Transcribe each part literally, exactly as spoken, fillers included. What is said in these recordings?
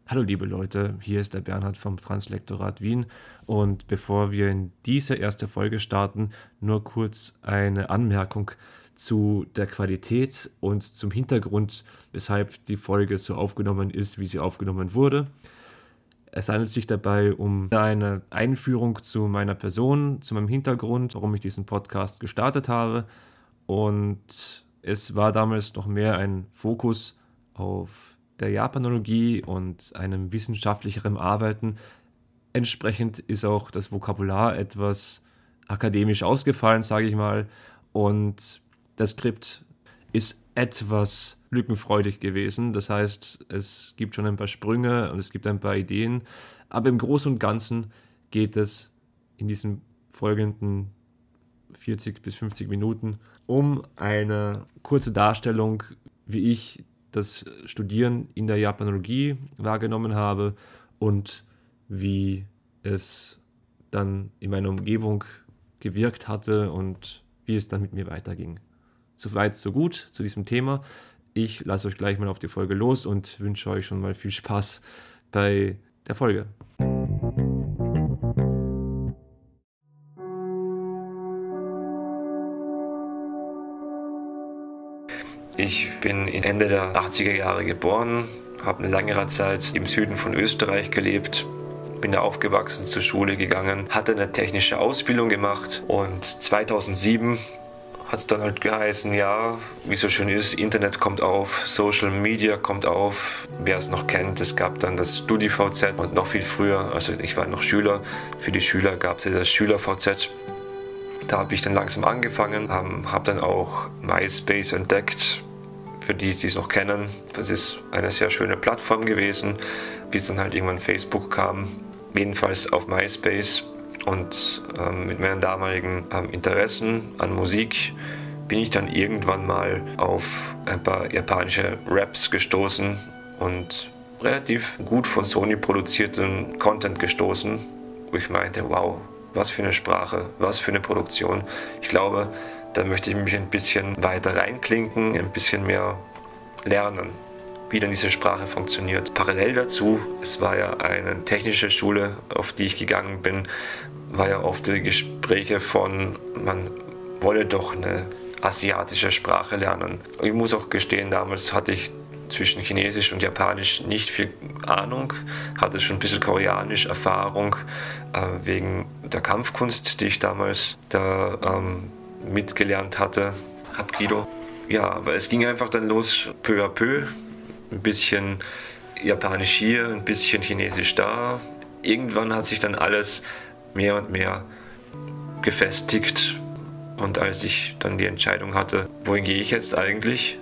Hallo liebe Leute, hier ist der Bernhard vom Translektorat Wien und bevor wir in diese erste Folge starten, nur kurz eine Anmerkung zu der Qualität und zum Hintergrund, weshalb die Folge so aufgenommen ist, wie sie aufgenommen wurde. Es handelt sich dabei um eine Einführung zu meiner Person, zu meinem Hintergrund, warum ich diesen Podcast gestartet habe, und es war damals noch mehr ein Fokus auf der Japanologie und einem wissenschaftlicheren Arbeiten. Entsprechend ist auch das Vokabular etwas akademisch ausgefallen, sage ich mal, und das Skript ist etwas lückenfreudig gewesen. Das heißt, es gibt schon ein paar Sprünge und es gibt ein paar Ideen, aber im Großen und Ganzen geht es in diesen folgenden vierzig bis fünfzig Minuten um eine kurze Darstellung, wie ich das Studieren in der Japanologie wahrgenommen habe und wie es dann in meiner Umgebung gewirkt hatte und wie es dann mit mir weiterging. Soweit, so gut zu diesem Thema. Ich lasse euch gleich mal auf die Folge los und wünsche euch schon mal viel Spaß bei der Folge. Ich bin Ende der achtziger Jahre geboren, habe eine längere Zeit im Süden von Österreich gelebt, bin da aufgewachsen, zur Schule gegangen, hatte eine technische Ausbildung gemacht und zweitausendsieben hat es dann halt geheißen, ja, wie so schön ist, Internet kommt auf, Social Media kommt auf. Wer es noch kennt, es gab dann das StudiVZ und noch viel früher, also ich war noch Schüler, für die Schüler gab es ja das SchülerVZ. Da habe ich dann langsam angefangen, habe hab dann auch MySpace entdeckt. Für die, die es noch kennen, das ist eine sehr schöne Plattform gewesen, bis dann halt irgendwann Facebook kam, jedenfalls auf MySpace. Und ähm, mit meinen damaligen ähm, Interessen an Musik bin ich dann irgendwann mal auf ein paar japanische Raps gestoßen und relativ gut von Sony produzierten Content gestoßen, wo ich meinte, wow, was für eine Sprache, was für eine Produktion. Ich glaube, da möchte ich mich ein bisschen weiter reinklinken, ein bisschen mehr lernen, wie denn diese Sprache funktioniert. Parallel dazu, es war ja eine technische Schule, auf die ich gegangen bin, war ja oft die Gespräche von, man wolle doch eine asiatische Sprache lernen. Ich muss auch gestehen, damals hatte ich zwischen Chinesisch und Japanisch nicht viel Ahnung, hatte schon ein bisschen Koreanisch Erfahrung, äh, wegen der Kampfkunst, die ich damals da ähm, mitgelernt hatte, Hapkido. Ja, aber es ging einfach dann los, peu à peu, ein bisschen Japanisch hier, ein bisschen Chinesisch da. Irgendwann hat sich dann alles mehr und mehr gefestigt und als ich dann die Entscheidung hatte, wohin gehe ich jetzt eigentlich,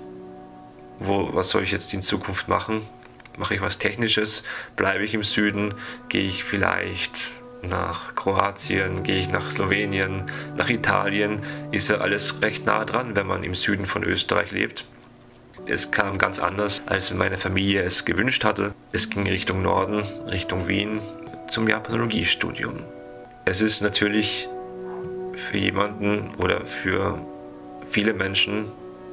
wo, was soll ich jetzt in Zukunft machen, mache ich was Technisches, bleibe ich im Süden, gehe ich vielleicht nach Kroatien, gehe ich nach Slowenien, nach Italien, ist ja alles recht nah dran, wenn man im Süden von Österreich lebt. Es kam ganz anders, als meine Familie es gewünscht hatte. Es ging Richtung Norden, Richtung Wien, zum Japanologiestudium. Es ist natürlich für jemanden oder für viele Menschen,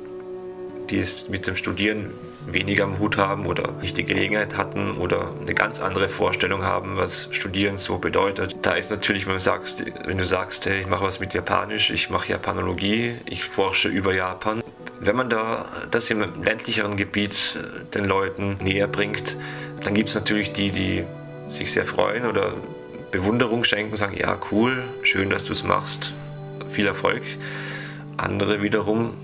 die es mit dem Studieren weniger am Hut haben oder nicht die Gelegenheit hatten oder eine ganz andere Vorstellung haben, was Studieren so bedeutet. Da ist natürlich, wenn du sagst, wenn du sagst, hey, ich mache was mit Japanisch, ich mache Japanologie, ich forsche über Japan. Wenn man da das im ländlicheren Gebiet den Leuten näher bringt, dann gibt es natürlich die, die sich sehr freuen oder Bewunderung schenken, sagen, ja cool, schön, dass du es machst, viel Erfolg. Andere wiederum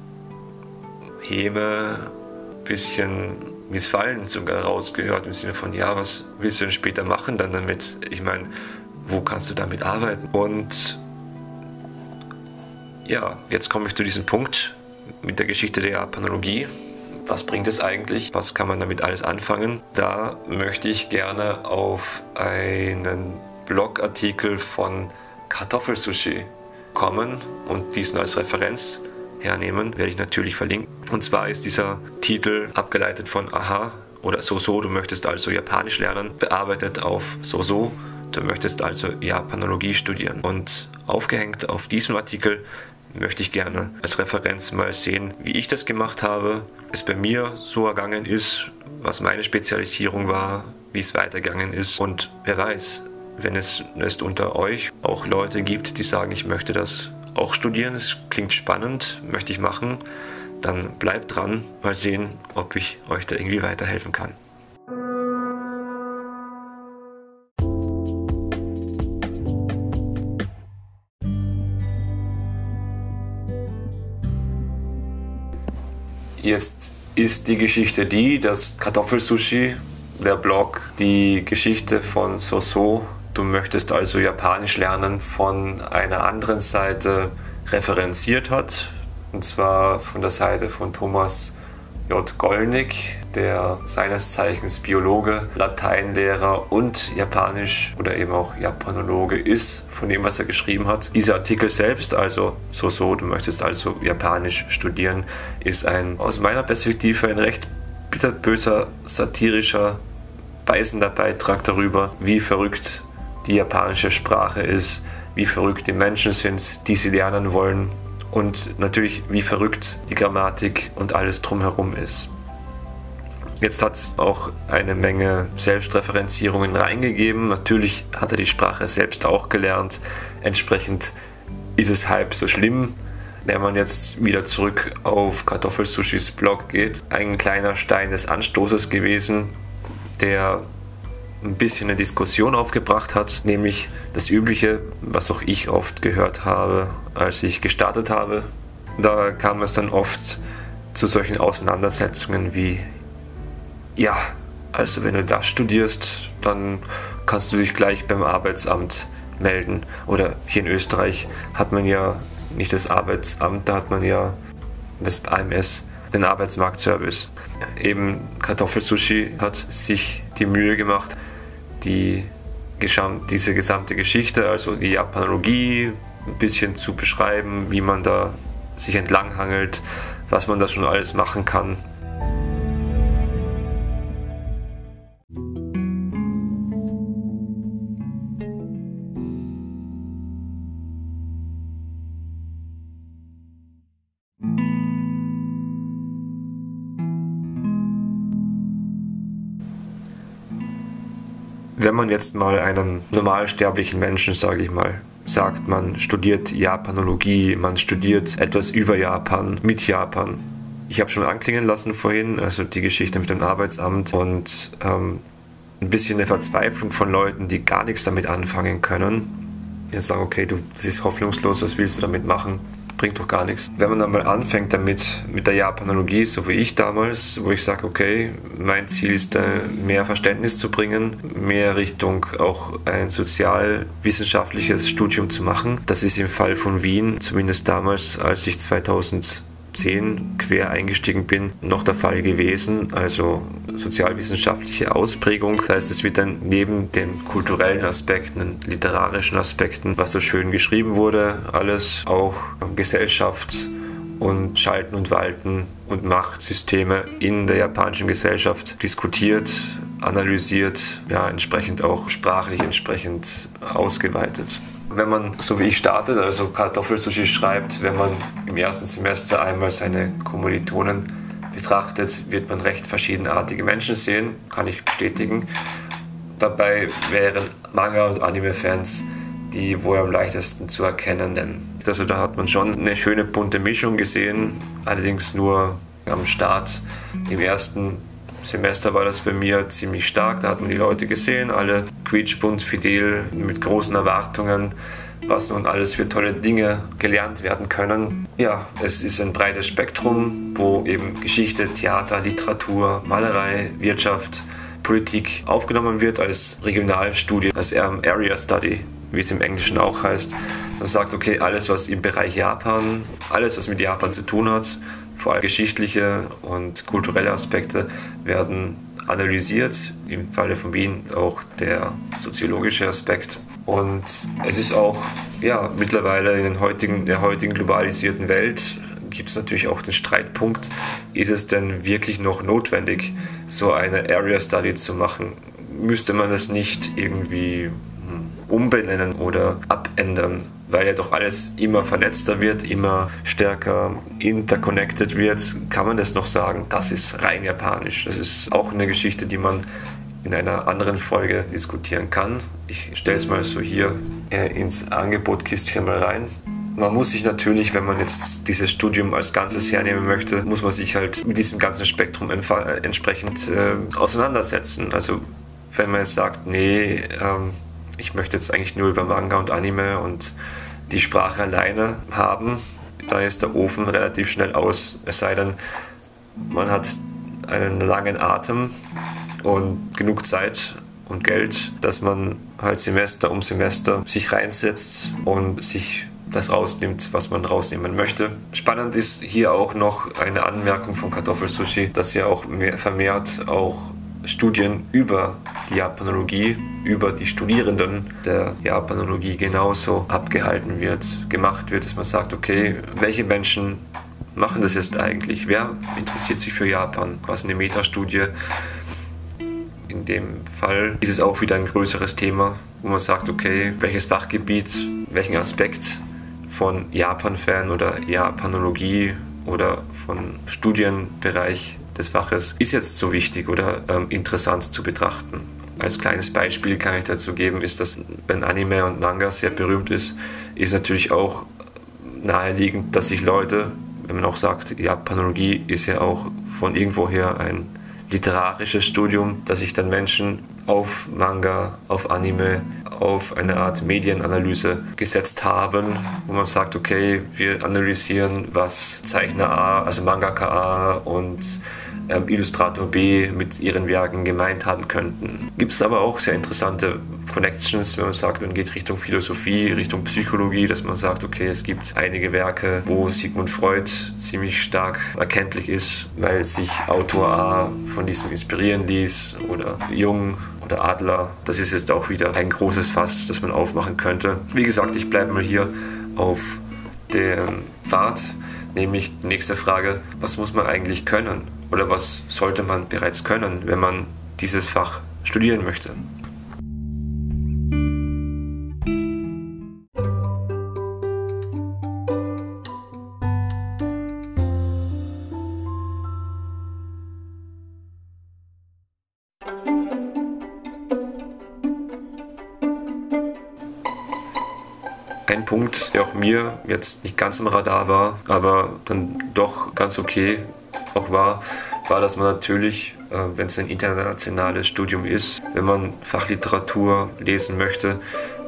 Häme, bisschen Missfallen sogar rausgehört im Sinne von, ja, was willst du denn später machen dann damit? Ich meine, wo kannst du damit arbeiten? Und ja, jetzt komme ich zu diesem Punkt mit der Geschichte der Japanologie. Was bringt es eigentlich? Was kann man damit alles anfangen? Da möchte ich gerne auf einen Blogartikel von Kartoffelsushi kommen und diesen als Referenz hernehmen, werde ich natürlich verlinken. Und zwar ist dieser Titel abgeleitet von Aha oder So-So, du möchtest also Japanisch lernen, bearbeitet auf So-So, du möchtest also Japanologie studieren. Und aufgehängt auf diesem Artikel möchte ich gerne als Referenz mal sehen, wie ich das gemacht habe, es bei mir so ergangen ist, was meine Spezialisierung war, wie es weitergegangen ist. Und wer weiß, wenn es, es unter euch auch Leute gibt, die sagen, ich möchte das auch studieren, es klingt spannend, möchte ich machen, dann bleibt dran, mal sehen, ob ich euch da irgendwie weiterhelfen kann. Jetzt ist die Geschichte die, dass Kartoffelsushi, der Blog, die Geschichte von Soso, du möchtest also Japanisch lernen, von einer anderen Seite referenziert hat. Und zwar von der Seite von Thomas J. Gollnick, der seines Zeichens Biologe, Lateinlehrer und Japanisch oder eben auch Japanologe ist, von dem, was er geschrieben hat. Dieser Artikel selbst, also Soso, du möchtest also Japanisch studieren, ist ein, aus meiner Perspektive, ein recht bitterböser, satirischer, beißender Beitrag darüber, wie verrückt die japanische Sprache ist, wie verrückt die Menschen sind, die sie lernen wollen und natürlich wie verrückt die Grammatik und alles drumherum ist. Jetzt hat es auch eine Menge Selbstreferenzierungen reingegeben. Natürlich hat er die Sprache selbst auch gelernt. Entsprechend ist es halb so schlimm, wenn man jetzt wieder zurück auf Kartoffelsushis Blog geht. Ein kleiner Stein des Anstoßes gewesen, der ein bisschen eine Diskussion aufgebracht hat, nämlich das Übliche, was auch ich oft gehört habe, als ich gestartet habe. Da kam es dann oft zu solchen Auseinandersetzungen wie, ja, also wenn du das studierst, dann kannst du dich gleich beim Arbeitsamt melden. Oder hier in Österreich hat man ja nicht das Arbeitsamt, da hat man ja das A M S, den Arbeitsmarktservice. Eben Kartoffelsushi hat sich die Mühe gemacht, die, diese gesamte Geschichte, also die Japanologie, ein bisschen zu beschreiben, wie man da sich entlanghangelt, was man da schon alles machen kann. Wenn man jetzt mal einem normalsterblichen Menschen, sage ich mal, sagt, man studiert Japanologie, man studiert etwas über Japan, mit Japan. Ich habe schon anklingen lassen vorhin, also die Geschichte mit dem Arbeitsamt und ähm, ein bisschen eine Verzweiflung von Leuten, die gar nichts damit anfangen können. Die sagen, okay, du, das ist hoffnungslos, was willst du damit machen? Bringt doch gar nichts. Wenn man dann mal anfängt damit, mit der Japanologie, so wie ich damals, wo ich sage, okay, mein Ziel ist, mehr Verständnis zu bringen, mehr Richtung auch ein sozialwissenschaftliches Studium zu machen. Das ist im Fall von Wien, zumindest damals, als ich zweitausendzehn quer eingestiegen bin, noch der Fall gewesen. Also sozialwissenschaftliche Ausprägung. Das heißt, es wird dann neben den kulturellen Aspekten, den literarischen Aspekten, was so schön geschrieben wurde, alles auch Gesellschaft und Schalten und Walten und Machtsysteme in der japanischen Gesellschaft diskutiert, analysiert, ja, entsprechend auch sprachlich entsprechend ausgeweitet. Wenn man, so wie ich startet, also Kartoffelsushi schreibt, wenn man im ersten Semester einmal seine Kommilitonen betrachtet, wird man recht verschiedenartige Menschen sehen, kann ich bestätigen. Dabei wären Manga- und Anime-Fans die wohl am leichtesten zu erkennen. Also da hat man schon eine schöne bunte Mischung gesehen, allerdings nur am Start. Im ersten Semester war das bei mir ziemlich stark, da hat man die Leute gesehen, alle quietschbunt, fidel, mit großen Erwartungen, was nun alles für tolle Dinge gelernt werden können. Ja, es ist ein breites Spektrum, wo eben Geschichte, Theater, Literatur, Malerei, Wirtschaft, Politik aufgenommen wird als Regionalstudie, als Area Study, wie es im Englischen auch heißt. Das sagt, okay, alles was im Bereich Japan, alles was mit Japan zu tun hat, vor allem geschichtliche und kulturelle Aspekte werden analysiert, im Falle von Wien auch der soziologische Aspekt. Und es ist auch, ja, mittlerweile in den heutigen, der heutigen globalisierten Welt gibt es natürlich auch den Streitpunkt, ist es denn wirklich noch notwendig, so eine Area Study zu machen? Müsste man es nicht irgendwie umbenennen oder abändern, weil ja doch alles immer vernetzter wird, immer stärker interconnected wird, kann man das noch sagen, das ist rein japanisch. Das ist auch eine Geschichte, die man in einer anderen Folge diskutieren kann. Ich stelle es mal so hier äh, ins Angebotkistchen mal rein. Man muss sich natürlich, wenn man jetzt dieses Studium als Ganzes hernehmen möchte, muss man sich halt mit diesem ganzen Spektrum entsprechend äh, auseinandersetzen. Also wenn man jetzt sagt, nee, ähm, ich möchte jetzt eigentlich nur über Manga und Anime und die Sprache alleine haben, da ist der Ofen relativ schnell aus. Es sei denn, man hat einen langen Atem und genug Zeit und Geld, dass man halt Semester um Semester sich reinsetzt und sich das rausnimmt, was man rausnehmen möchte. Spannend ist hier auch noch eine Anmerkung von Kartoffelsushi, dass ja auch mehr, vermehrt auch Studien über die Japanologie, über die Studierenden der Japanologie genauso abgehalten wird, gemacht wird, dass man sagt, okay, welche Menschen machen das jetzt eigentlich? Wer interessiert sich für Japan? Was eine Metastudie? In dem Fall ist es auch wieder ein größeres Thema, wo man sagt, okay, welches Fachgebiet, welchen Aspekt von Japan-Fan oder Japanologie oder von Studienbereich des Faches ist jetzt so wichtig oder ähm, interessant zu betrachten. Als kleines Beispiel kann ich dazu geben, ist, dass wenn Anime und Manga sehr berühmt ist, ist natürlich auch naheliegend, dass sich Leute, wenn man auch sagt, Japanologie ist ja auch von irgendwoher ein literarisches Studium, dass sich dann Menschen auf Manga, auf Anime, auf eine Art Medienanalyse gesetzt haben, wo man sagt, okay, wir analysieren, was Zeichner A, also Mangaka A und ähm, Illustrator B mit ihren Werken gemeint haben könnten. Gibt es aber auch sehr interessante Connections, wenn man sagt, man geht Richtung Philosophie, Richtung Psychologie, dass man sagt, okay, es gibt einige Werke, wo Sigmund Freud ziemlich stark erkenntlich ist, weil sich Autor A von diesem inspirieren ließ oder Jung oder Adler. Das ist jetzt auch wieder ein großes Fass, das man aufmachen könnte. Wie gesagt, ich bleibe mal hier auf dem Pfad, nämlich die nächste Frage, was muss man eigentlich können oder was sollte man bereits können, wenn man dieses Fach studieren möchte? Ein Punkt, der auch mir jetzt nicht ganz im Radar war, aber dann doch ganz okay auch war, war, dass man natürlich, äh, wenn es ein internationales Studium ist, wenn man Fachliteratur lesen möchte, äh,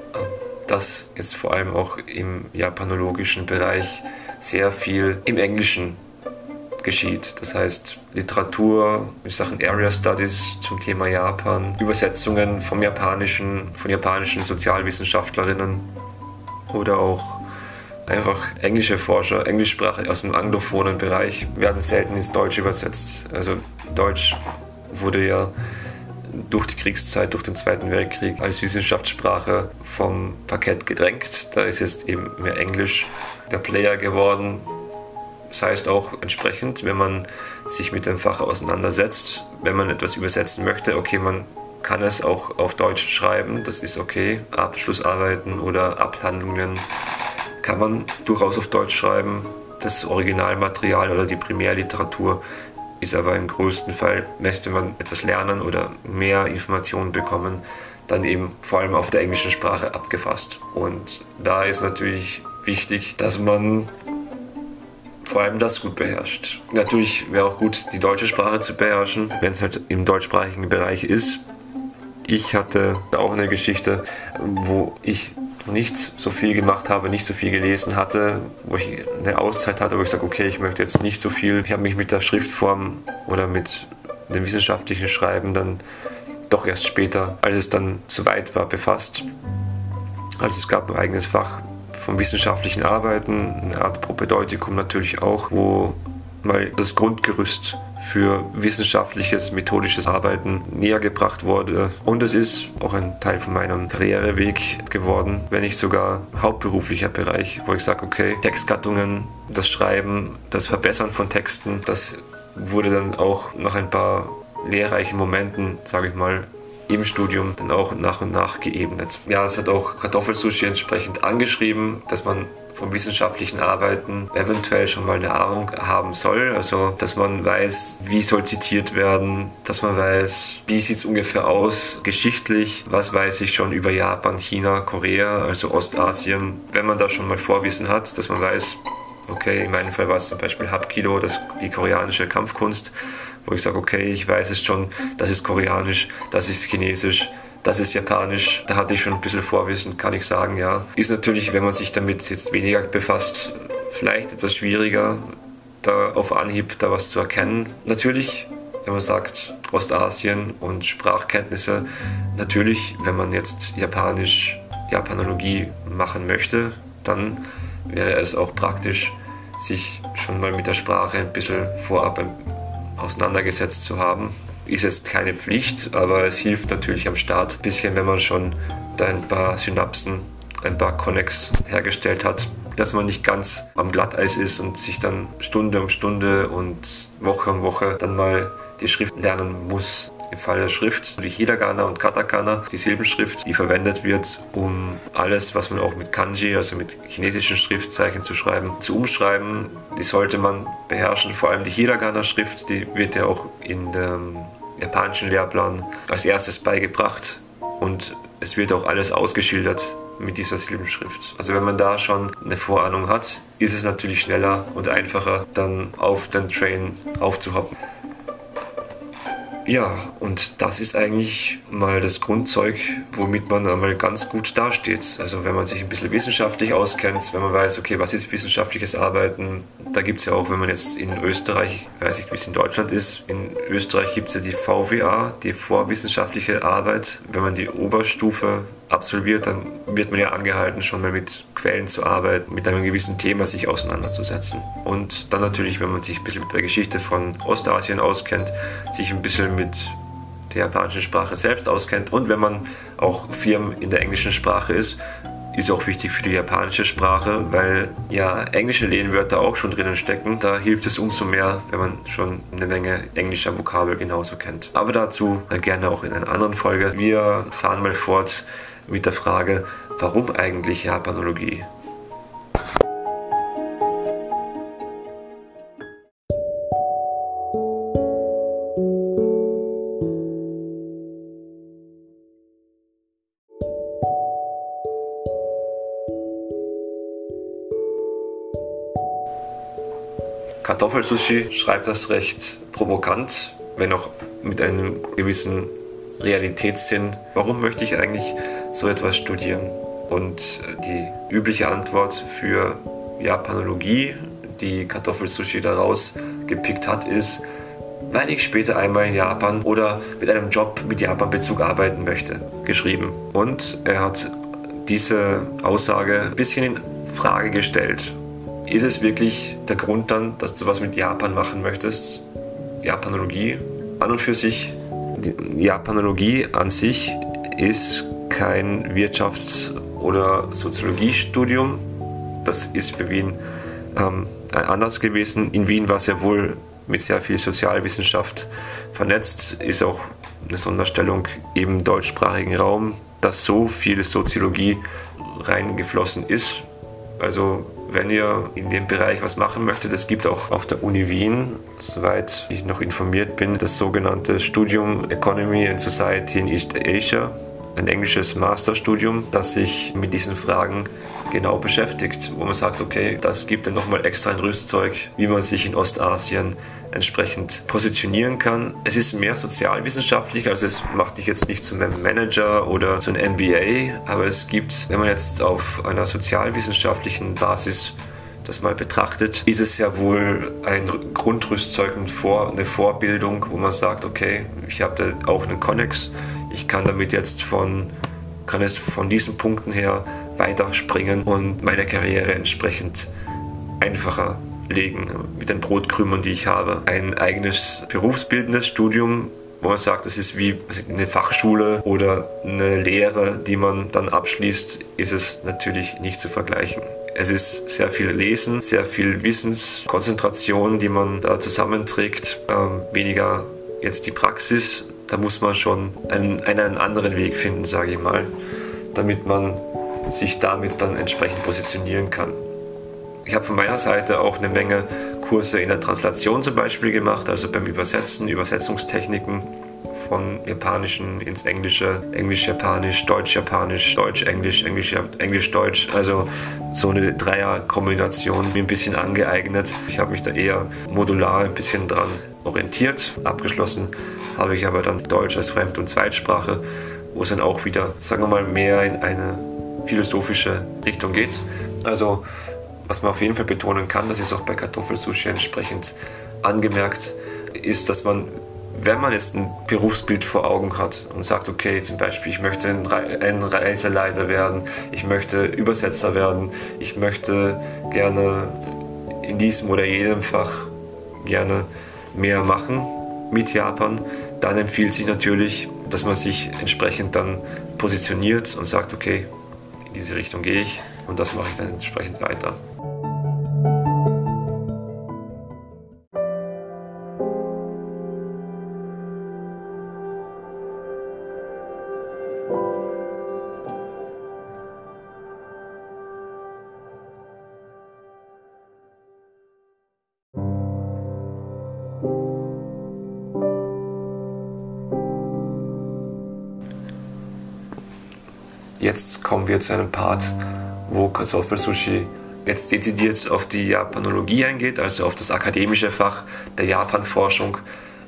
dass jetzt vor allem auch im japanologischen Bereich sehr viel im Englischen geschieht. Das heißt, Literatur in Sachen Area Studies zum Thema Japan, Übersetzungen vom Japanischen, von japanischen Sozialwissenschaftlerinnen, oder auch einfach englische Forscher, Englischsprache aus dem anglophonen Bereich werden selten ins Deutsche übersetzt. Also Deutsch wurde ja durch die Kriegszeit, durch den Zweiten Weltkrieg als Wissenschaftssprache vom Parkett gedrängt. Da ist jetzt eben mehr Englisch der Player geworden. Das heißt auch entsprechend, wenn man sich mit dem Fach auseinandersetzt, wenn man etwas übersetzen möchte, okay, man kann es auch auf Deutsch schreiben, das ist okay. Abschlussarbeiten oder Abhandlungen kann man durchaus auf Deutsch schreiben. Das Originalmaterial oder die Primärliteratur ist aber im größten Fall, möchte man etwas lernen oder mehr Informationen bekommen, dann eben vor allem auf der englischen Sprache abgefasst. Und da ist natürlich wichtig, dass man vor allem das gut beherrscht. Natürlich wäre auch gut, die deutsche Sprache zu beherrschen, wenn es halt im deutschsprachigen Bereich ist. Ich hatte auch eine Geschichte, wo ich nicht so viel gemacht habe, nicht so viel gelesen hatte, wo ich eine Auszeit hatte, wo ich sage, okay, ich möchte jetzt nicht so viel. Ich habe mich mit der Schriftform oder mit dem wissenschaftlichen Schreiben dann doch erst später, als es dann soweit war, befasst. Also es gab ein eigenes Fach vom wissenschaftlichen Arbeiten, eine Art Propädeutikum natürlich auch, wo mal das Grundgerüst für wissenschaftliches, methodisches Arbeiten näher gebracht wurde. Und es ist auch ein Teil von meinem Karriereweg geworden, wenn nicht sogar hauptberuflicher Bereich, wo ich sage, okay, Textgattungen, das Schreiben, das Verbessern von Texten, das wurde dann auch nach ein paar lehrreichen Momenten, sage ich mal, im Studium dann auch nach und nach geebnet. Ja, es hat auch Kartoffelsushi entsprechend angeschrieben, dass man vom wissenschaftlichen Arbeiten eventuell schon mal eine Ahnung haben soll. Also, dass man weiß, wie soll zitiert werden, dass man weiß, wie sieht es ungefähr aus, geschichtlich, was weiß ich schon über Japan, China, Korea, also Ostasien. Wenn man da schon mal Vorwissen hat, dass man weiß, okay, in meinem Fall war es zum Beispiel Hapkido, das, die koreanische Kampfkunst, wo ich sage, okay, ich weiß es schon, das ist koreanisch, das ist chinesisch, das ist japanisch, da hatte ich schon ein bisschen Vorwissen, kann ich sagen, ja. Ist natürlich, wenn man sich damit jetzt weniger befasst, vielleicht etwas schwieriger, da auf Anhieb da was zu erkennen. Natürlich, wenn man sagt Ostasien und Sprachkenntnisse, natürlich, wenn man jetzt Japanisch, Japanologie machen möchte, dann wäre es auch praktisch, sich schon mal mit der Sprache ein bisschen vorab auseinandergesetzt zu haben. Ist jetzt keine Pflicht, aber es hilft natürlich am Start ein bisschen, wenn man schon da ein paar Synapsen, ein paar Connex hergestellt hat, dass man nicht ganz am Glatteis ist und sich dann Stunde um Stunde und Woche um Woche dann mal die Schrift lernen muss. Im Fall der Schrift, wie Hiragana und Katakana, die Silbenschrift, die verwendet wird, um alles, was man auch mit Kanji, also mit chinesischen Schriftzeichen zu schreiben, zu umschreiben. Die sollte man beherrschen, vor allem die Hiragana-Schrift, die wird ja auch in dem japanischen Lehrplan als erstes beigebracht und es wird auch alles ausgeschildert mit dieser Silbenschrift. Also wenn man da schon eine Vorahnung hat, ist es natürlich schneller und einfacher, dann auf den Train aufzuhoppen. Ja, und das ist eigentlich mal das Grundzeug, womit man einmal ganz gut dasteht. Also wenn man sich ein bisschen wissenschaftlich auskennt, wenn man weiß, okay, was ist wissenschaftliches Arbeiten, da gibt es ja auch, wenn man jetzt in Österreich, ich weiß nicht, wie es in Deutschland ist, in Österreich gibt es ja die V W A, die vorwissenschaftliche Arbeit. Wenn man die Oberstufe absolviert, dann wird man ja angehalten, schon mal mit Quellen zu arbeiten, mit einem gewissen Thema sich auseinanderzusetzen. Und dann natürlich, wenn man sich ein bisschen mit der Geschichte von Ostasien auskennt, sich ein bisschen mit der japanischen Sprache selbst auskennt und wenn man auch firm in der englischen Sprache ist, ist auch wichtig für die japanische Sprache, weil ja englische Lehnwörter auch schon drinnen stecken. Da hilft es umso mehr, wenn man schon eine Menge englischer Vokabel genauso kennt. Aber dazu gerne auch in einer anderen Folge. Wir fahren mal fort mit der Frage, warum eigentlich Japanologie? Kartoffelsushi schreibt das recht provokant, wenn auch mit einem gewissen Realitätssinn. Warum möchte ich eigentlich so etwas studieren? Und die übliche Antwort für Japanologie, die Kartoffelsushi daraus gepickt hat, ist, weil ich später einmal in Japan oder mit einem Job mit Japan-Bezug arbeiten möchte, geschrieben. Und er hat diese Aussage ein bisschen in Frage gestellt. Ist es wirklich der Grund dann, dass du was mit Japan machen möchtest? Japanologie an und für sich, die Japanologie an sich ist kein Wirtschafts- oder Soziologiestudium. Das ist bei Wien ähm, anders gewesen. In Wien war es ja wohl mit sehr viel Sozialwissenschaft vernetzt, ist auch eine Sonderstellung im deutschsprachigen Raum, dass so viel Soziologie reingeflossen ist. Also wenn ihr in dem Bereich was machen möchtet, es gibt auch auf der Uni Wien, soweit ich noch informiert bin, das sogenannte Studium Economy and Society in East Asia, ein englisches Masterstudium, das sich mit diesen Fragen genau beschäftigt, wo man sagt, okay, das gibt dann nochmal extra ein Rüstzeug, wie man sich in Ostasien entsprechend positionieren kann. Es ist mehr sozialwissenschaftlich, also es macht dich jetzt nicht zu einem Manager oder zu einem M B A, aber es gibt, wenn man jetzt auf einer sozialwissenschaftlichen Basis das mal betrachtet, ist es ja wohl ein Grundrüstzeug, eine Vorbildung, wo man sagt, okay, ich habe da auch einen Connex, ich kann damit jetzt von, kann es von diesen Punkten her weiterspringen und meine Karriere entsprechend einfacher legen mit den Brotkrümern, die ich habe. Ein eigenes berufsbildendes Studium, wo man sagt, das ist wie eine Fachschule oder eine Lehre, die man dann abschließt, ist es natürlich nicht zu vergleichen. Es ist sehr viel Lesen, sehr viel Wissenskonzentration, die man da zusammenträgt, ähm, weniger jetzt die Praxis. Da muss man schon einen, einen anderen Weg finden, sage ich mal, damit man sich damit dann entsprechend positionieren kann. Ich habe von meiner Seite auch eine Menge Kurse in der Translation zum Beispiel gemacht, also beim Übersetzen, Übersetzungstechniken von Japanischen ins Englische, Englisch-Japanisch, Deutsch-Japanisch, Deutsch-Englisch, Englisch-Englisch-Deutsch. Also so eine Dreierkombination mir ein bisschen angeeignet. Ich habe mich da eher modular ein bisschen dran orientiert. Abgeschlossen habe ich aber dann Deutsch als Fremd- und Zweitsprache, wo es dann auch wieder, sagen wir mal, mehr in eine philosophische Richtung geht. Also was man auf jeden Fall betonen kann, das ist auch bei Kartoffelsushi entsprechend angemerkt, ist, dass man, wenn man jetzt ein Berufsbild vor Augen hat und sagt, okay, zum Beispiel, ich möchte ein, Re- ein Reiseleiter werden, ich möchte Übersetzer werden, ich möchte gerne in diesem oder jenem Fach gerne mehr machen mit Japan, dann empfiehlt sich natürlich, dass man sich entsprechend dann positioniert und sagt, okay, in diese Richtung gehe ich und das mache ich dann entsprechend weiter. Jetzt kommen wir zu einem Part, wo Kartoffelsushi jetzt dezidiert auf die Japanologie eingeht, also auf das akademische Fach der Japanforschung.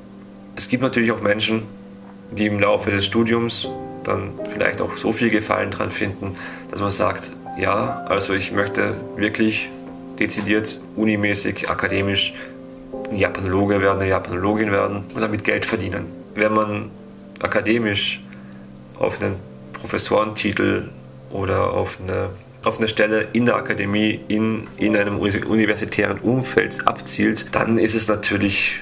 Es gibt natürlich auch Menschen, die im Laufe des Studiums dann vielleicht auch so viel Gefallen dran finden, dass man sagt, ja, also ich möchte wirklich dezidiert unimäßig, akademisch ein Japanologe werden, eine Japanologin werden und damit Geld verdienen. Wenn man akademisch auf einen Professorentitel oder auf eine, auf eine Stelle in der Akademie, in, in einem universitären Umfeld abzielt, dann ist es natürlich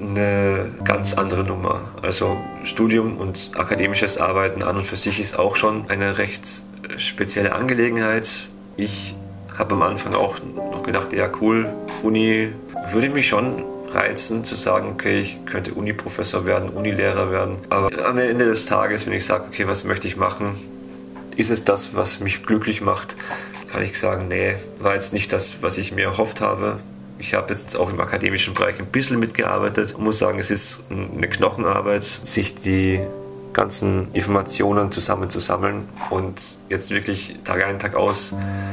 eine ganz andere Nummer. Also Studium und akademisches Arbeiten an und für sich ist auch schon eine recht spezielle Angelegenheit. Ich habe am Anfang auch noch gedacht, ja cool, Uni würde mich schon reizen, zu sagen, okay, ich könnte Uni-Professor werden, Unilehrer werden. Aber am Ende des Tages, wenn ich sage, okay, was möchte ich machen, ist es das, was mich glücklich macht, kann ich sagen, nee, war jetzt nicht das, was ich mir erhofft habe. Ich habe jetzt auch im akademischen Bereich ein bisschen mitgearbeitet und muss sagen, es ist eine Knochenarbeit, sich die ganzen Informationen zusammenzusammeln und jetzt wirklich Tag ein, Tag aus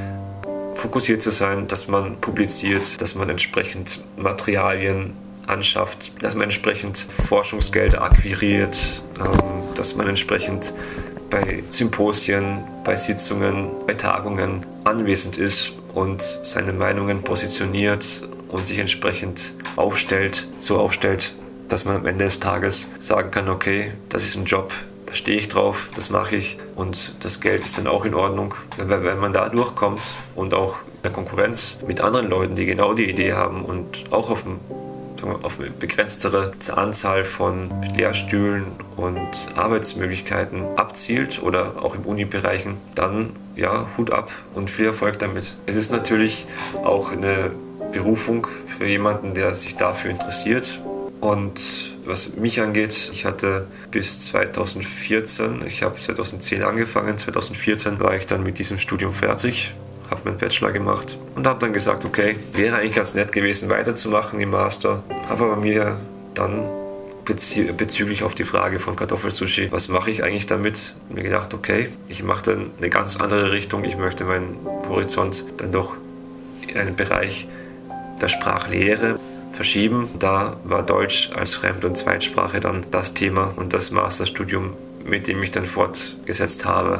fokussiert zu sein, dass man publiziert, dass man entsprechend Materialien anschafft, dass man entsprechend Forschungsgelder akquiriert, ähm, dass man entsprechend bei Symposien, bei Sitzungen, bei Tagungen anwesend ist und seine Meinungen positioniert und sich entsprechend aufstellt, so aufstellt, dass man am Ende des Tages sagen kann, okay, das ist ein Job, da stehe ich drauf, das mache ich und das Geld ist dann auch in Ordnung. Wenn, wenn man da durchkommt und auch in der Konkurrenz mit anderen Leuten, die genau die Idee haben und auch auf, ein, sagen wir, auf eine begrenztere Anzahl von Lehrstühlen und Arbeitsmöglichkeiten abzielt oder auch im Uni-Bereichen, dann ja, Hut ab und viel Erfolg damit. Es ist natürlich auch eine Berufung für jemanden, der sich dafür interessiert. Und was mich angeht, ich hatte bis zweitausendvierzehn, ich habe zweitausendzehn angefangen, zweitausendvierzehn war ich dann mit diesem Studium fertig, habe meinen Bachelor gemacht und habe dann gesagt, okay, wäre eigentlich ganz nett gewesen, weiterzumachen im Master, habe aber mir dann bezü- bezüglich auf die Frage von Kartoffelsushi, was mache ich eigentlich damit, mir gedacht, okay, ich mache dann eine ganz andere Richtung, ich möchte meinen Horizont dann doch in einen Bereich der Sprachlehre verschieben. Da war Deutsch als Fremd- und Zweitsprache dann das Thema und das Masterstudium, mit dem ich dann fortgesetzt habe.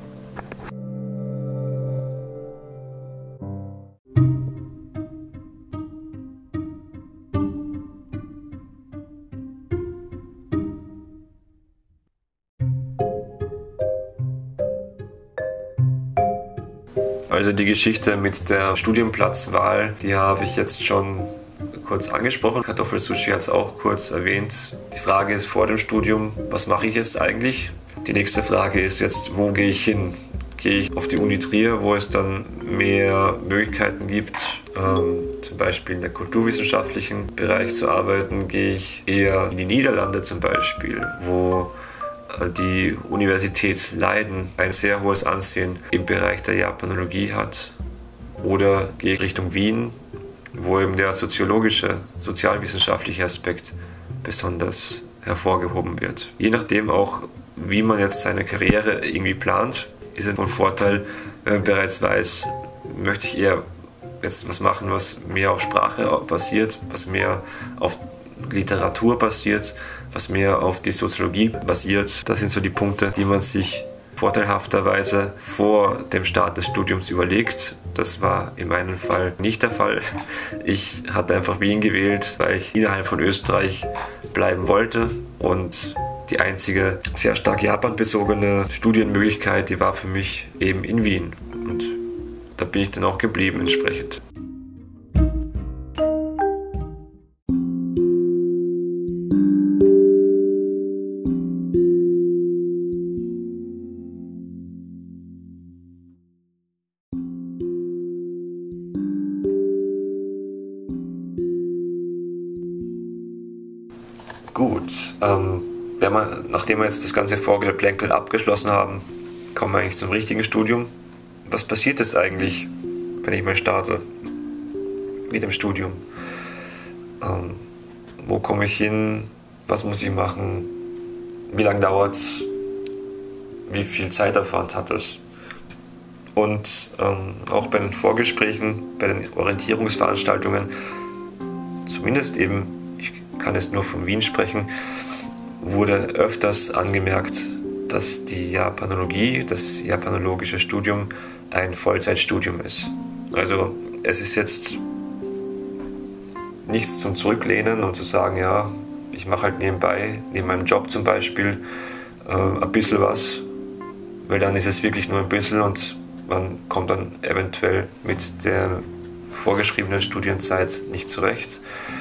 Also die Geschichte mit der Studienplatzwahl, die habe ich jetzt schon kurz angesprochen. Kartoffelsushi hat es auch kurz erwähnt. Die Frage ist vor dem Studium, was mache ich jetzt eigentlich? Die nächste Frage ist jetzt, wo gehe ich hin? Gehe ich auf die Uni Trier, wo es dann mehr Möglichkeiten gibt, ähm, zum Beispiel in der kulturwissenschaftlichen Bereich zu arbeiten? Gehe ich eher in die Niederlande zum Beispiel, wo die Universität Leiden ein sehr hohes Ansehen im Bereich der Japanologie hat? oder gehe Richtung Wien, wo eben der soziologische, sozialwissenschaftliche Aspekt besonders hervorgehoben wird. Je nachdem auch, wie man jetzt seine Karriere irgendwie plant, ist es von Vorteil, wenn man bereits weiß, möchte ich eher jetzt was machen, was mehr auf Sprache basiert, was mehr auf Literatur basiert, was mehr auf die Soziologie basiert. Das sind so die Punkte, die man sich vorteilhafterweise vor dem Start des Studiums überlegt. Das war in meinem Fall nicht der Fall. Ich hatte einfach Wien gewählt, weil ich innerhalb von Österreich bleiben wollte, und die einzige sehr stark japanbezogene Studienmöglichkeit, die war für mich eben in Wien, und da bin ich dann auch geblieben entsprechend. Gut, ähm, wenn man, nachdem wir jetzt das ganze Vorgeplänkel abgeschlossen haben, kommen wir eigentlich zum richtigen Studium. Was passiert jetzt eigentlich, wenn ich mal starte mit dem Studium? Ähm, wo komme ich hin? Was muss ich machen? Wie lange dauert es? Wie viel Zeitaufwand hat es? Und ähm, auch bei den Vorgesprächen, bei den Orientierungsveranstaltungen, zumindest eben, ich kann jetzt nur von Wien sprechen, wurde öfters angemerkt, dass die Japanologie, das japanologische Studium, ein Vollzeitstudium ist. Also es ist jetzt nichts zum Zurücklehnen und zu sagen, ja, ich mache halt nebenbei, neben meinem Job zum Beispiel, äh, ein bisschen was, weil dann ist es wirklich nur ein bisschen und man kommt dann eventuell mit der vorgeschriebenen Studienzeit nicht zurecht.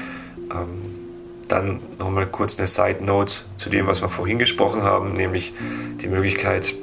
Ähm, Dann nochmal kurz eine Side-Note zu dem, was wir vorhin gesprochen haben, nämlich die Möglichkeit,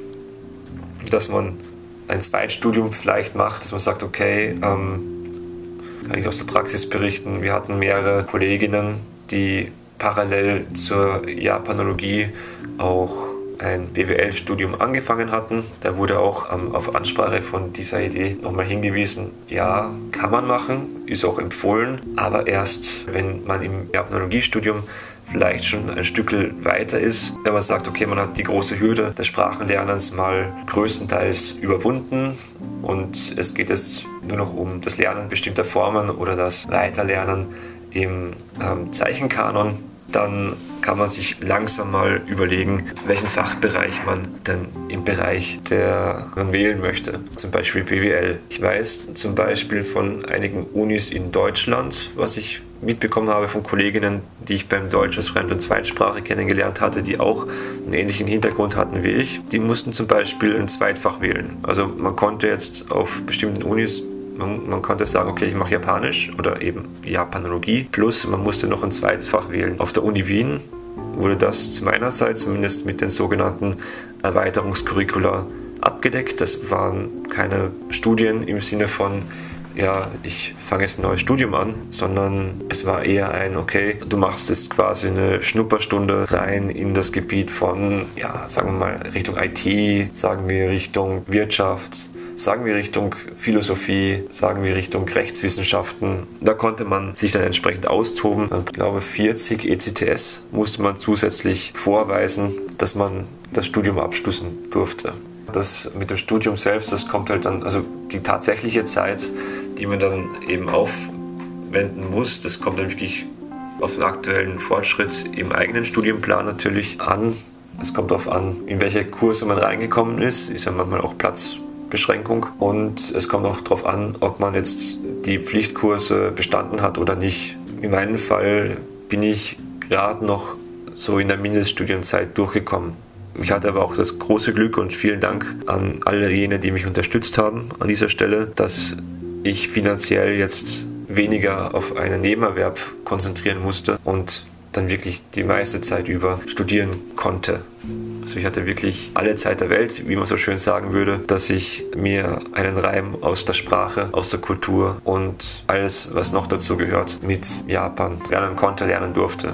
dass man ein Zweitstudium vielleicht macht, dass man sagt, okay, ähm, kann ich aus der Praxis berichten, wir hatten mehrere Kolleginnen, die parallel zur Japanologie auch ein B W L-Studium angefangen hatten. Da wurde auch ähm, auf Ansprache von dieser Idee nochmal hingewiesen, ja, kann man machen, ist auch empfohlen, aber erst, wenn man im Japanologiestudium vielleicht schon ein Stück weiter ist, wenn man sagt, okay, man hat die große Hürde des Sprachenlernens mal größtenteils überwunden und es geht jetzt nur noch um das Lernen bestimmter Formen oder das Weiterlernen im ähm, Zeichenkanon, dann kann man sich langsam mal überlegen, welchen Fachbereich man denn im Bereich der man wählen möchte. Zum Beispiel B W L. Ich weiß zum Beispiel von einigen Unis in Deutschland, was ich mitbekommen habe von Kolleginnen, die ich beim Deutsch als Fremd- und Zweitsprache kennengelernt hatte, die auch einen ähnlichen Hintergrund hatten wie ich. Die mussten zum Beispiel ein Zweitfach wählen. Also man konnte jetzt auf bestimmten Unis Man, man konnte sagen, okay, ich mache Japanisch oder eben Japanologie, plus man musste noch ein zweites Fach wählen. Auf der Uni Wien wurde das zu meiner Zeit zumindest mit den sogenannten Erweiterungscurricula abgedeckt. Das waren keine Studien im Sinne von, ja, ich fange jetzt ein neues Studium an, sondern es war eher ein, okay, du machst jetzt quasi eine Schnupperstunde rein in das Gebiet von, ja, sagen wir mal Richtung I T, sagen wir Richtung Wirtschaft, sagen wir Richtung Philosophie, sagen wir Richtung Rechtswissenschaften. Da konnte man sich dann entsprechend austoben. Ich glaube, vierzig E C T S musste man zusätzlich vorweisen, dass man das Studium abschließen durfte. Das mit dem Studium selbst, das kommt halt dann, also die tatsächliche Zeit, die man dann eben aufwenden muss, das kommt dann wirklich auf den aktuellen Fortschritt im eigenen Studienplan natürlich an. Es kommt darauf an, in welche Kurse man reingekommen ist, ist ja manchmal auch Platzbeschränkung, und es kommt auch darauf an, ob man jetzt die Pflichtkurse bestanden hat oder nicht. In meinem Fall bin ich gerade noch so in der Mindeststudienzeit durchgekommen. Ich hatte aber auch das große Glück, und vielen Dank an alle jene, die mich unterstützt haben an dieser Stelle, dass ich finanziell jetzt weniger auf einen Nebenerwerb konzentrieren musste und dann wirklich die meiste Zeit über studieren konnte. Also ich hatte wirklich alle Zeit der Welt, wie man so schön sagen würde, dass ich mir einen Reim aus der Sprache, aus der Kultur und alles, was noch dazu gehört, mit Japan lernen konnte, lernen durfte.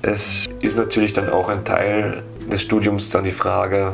Es ist natürlich dann auch ein Teil des Studiums dann die Frage,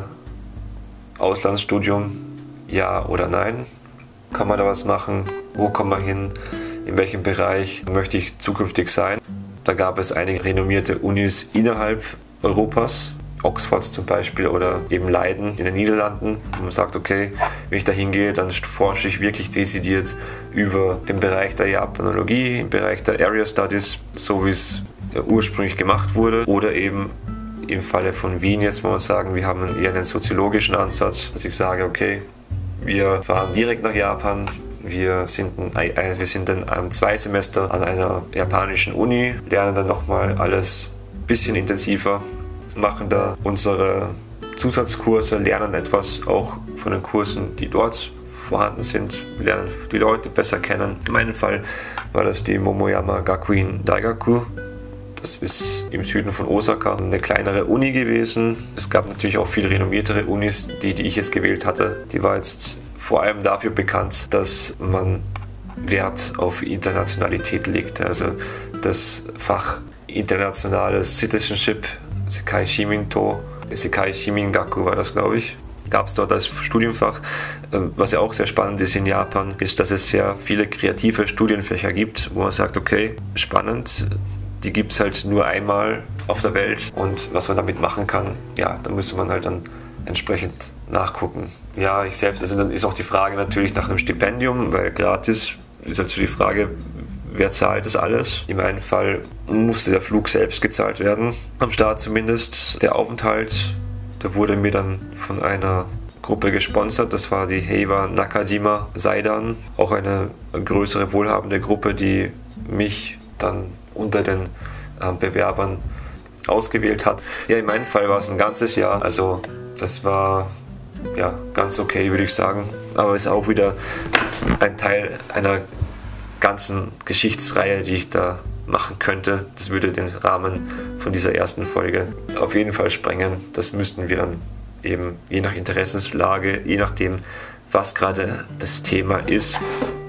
Auslandsstudium, ja oder nein? Kann man da was machen? Wo kommt man hin? In welchem Bereich möchte ich zukünftig sein? Da gab es einige renommierte Unis innerhalb Europas, Oxford zum Beispiel oder eben Leiden in den Niederlanden. Und man sagt, okay, wenn ich da hingehe, dann forsche ich wirklich dezidiert über den Bereich der Japanologie, im Bereich der Area Studies, so wie es ursprünglich gemacht wurde. Oder eben im Falle von Wien jetzt muss man sagen, wir haben eher einen soziologischen Ansatz, dass ich sage, okay, wir fahren direkt nach Japan. Wir sind, ein, wir sind dann ein zwei Semester an einer japanischen Uni, lernen dann nochmal alles ein bisschen intensiver, machen da unsere Zusatzkurse, lernen etwas auch von den Kursen, die dort vorhanden sind, lernen die Leute besser kennen. In meinem Fall war das die Momoyama Gakuin Daigaku. Das ist im Süden von Osaka eine kleinere Uni gewesen. Es gab natürlich auch viel renommiertere Unis, die, die ich jetzt gewählt hatte. Die war jetzt vor allem dafür bekannt, dass man Wert auf Internationalität legt. Also das Fach internationales Citizenship, Sekai Shiminto, Sekai Shimingaku war das, glaube ich, gab es dort als Studienfach. Was ja auch sehr spannend ist in Japan, ist, dass es sehr viele kreative Studienfächer gibt, wo man sagt, okay, spannend, die gibt es halt nur einmal auf der Welt und was man damit machen kann, ja, da müsste man halt dann entsprechend nachgucken. Ja, ich selbst, also dann ist auch die Frage natürlich nach einem Stipendium, weil gratis ist halt so die Frage, wer zahlt das alles? In meinem Fall musste der Flug selbst gezahlt werden, am Start zumindest. Der Aufenthalt, der wurde mir dann von einer Gruppe gesponsert, das war die Heiwa Nakajima Seidan, auch eine größere wohlhabende Gruppe, die mich dann unter den äh, Bewerbern ausgewählt hat. Ja, in meinem Fall war es ein ganzes Jahr, also das war ja ganz okay, würde ich sagen, aber ist auch wieder ein Teil einer ganzen Geschichtsreihe, die ich da machen könnte. Das würde den Rahmen von dieser ersten Folge auf jeden Fall sprengen. Das müssten wir dann eben je nach Interessenslage, je nachdem, was gerade das Thema ist,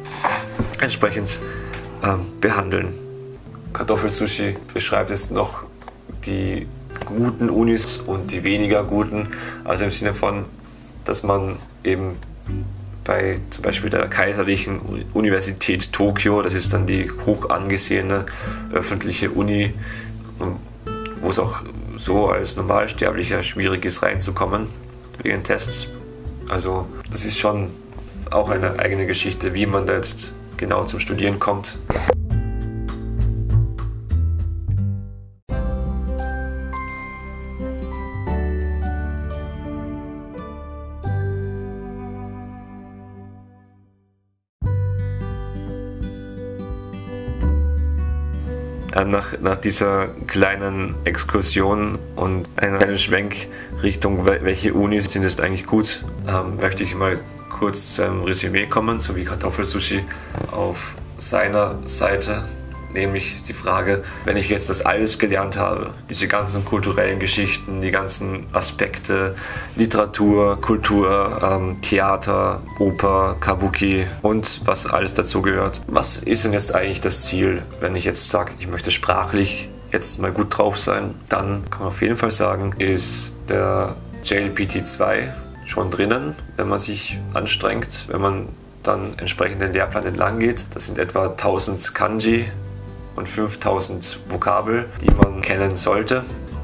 entsprechend ähm, behandeln. Kartoffelsushi beschreibt jetzt noch die guten Unis und die weniger guten, also im Sinne von, dass man eben bei zum Beispiel der Kaiserlichen Universität Tokio, das ist dann die hoch angesehene öffentliche Uni, wo es auch so als Normalsterblicher schwierig ist reinzukommen wegen Tests. Also das ist schon auch eine eigene Geschichte, wie man da jetzt genau zum Studieren kommt. Nach, nach dieser kleinen Exkursion und einem Schwenk Richtung welche Unis sind es eigentlich gut, ähm, möchte ich mal kurz zu einem Resümee kommen, so wie Kartoffelsushi auf seiner Seite, nämlich die Frage, wenn ich jetzt das alles gelernt habe, diese ganzen kulturellen Geschichten, die ganzen Aspekte, Literatur, Kultur, ähm, Theater, Oper, Kabuki und was alles dazu gehört. Was ist denn jetzt eigentlich das Ziel, wenn ich jetzt sage, ich möchte sprachlich jetzt mal gut drauf sein? Dann kann man auf jeden Fall sagen, ist der J L P T zwei schon drinnen, wenn man sich anstrengt, wenn man dann entsprechend den Lehrplan entlang geht. Das sind etwa tausend Kanji und fünftausend Vokabel, die man kennen sollte.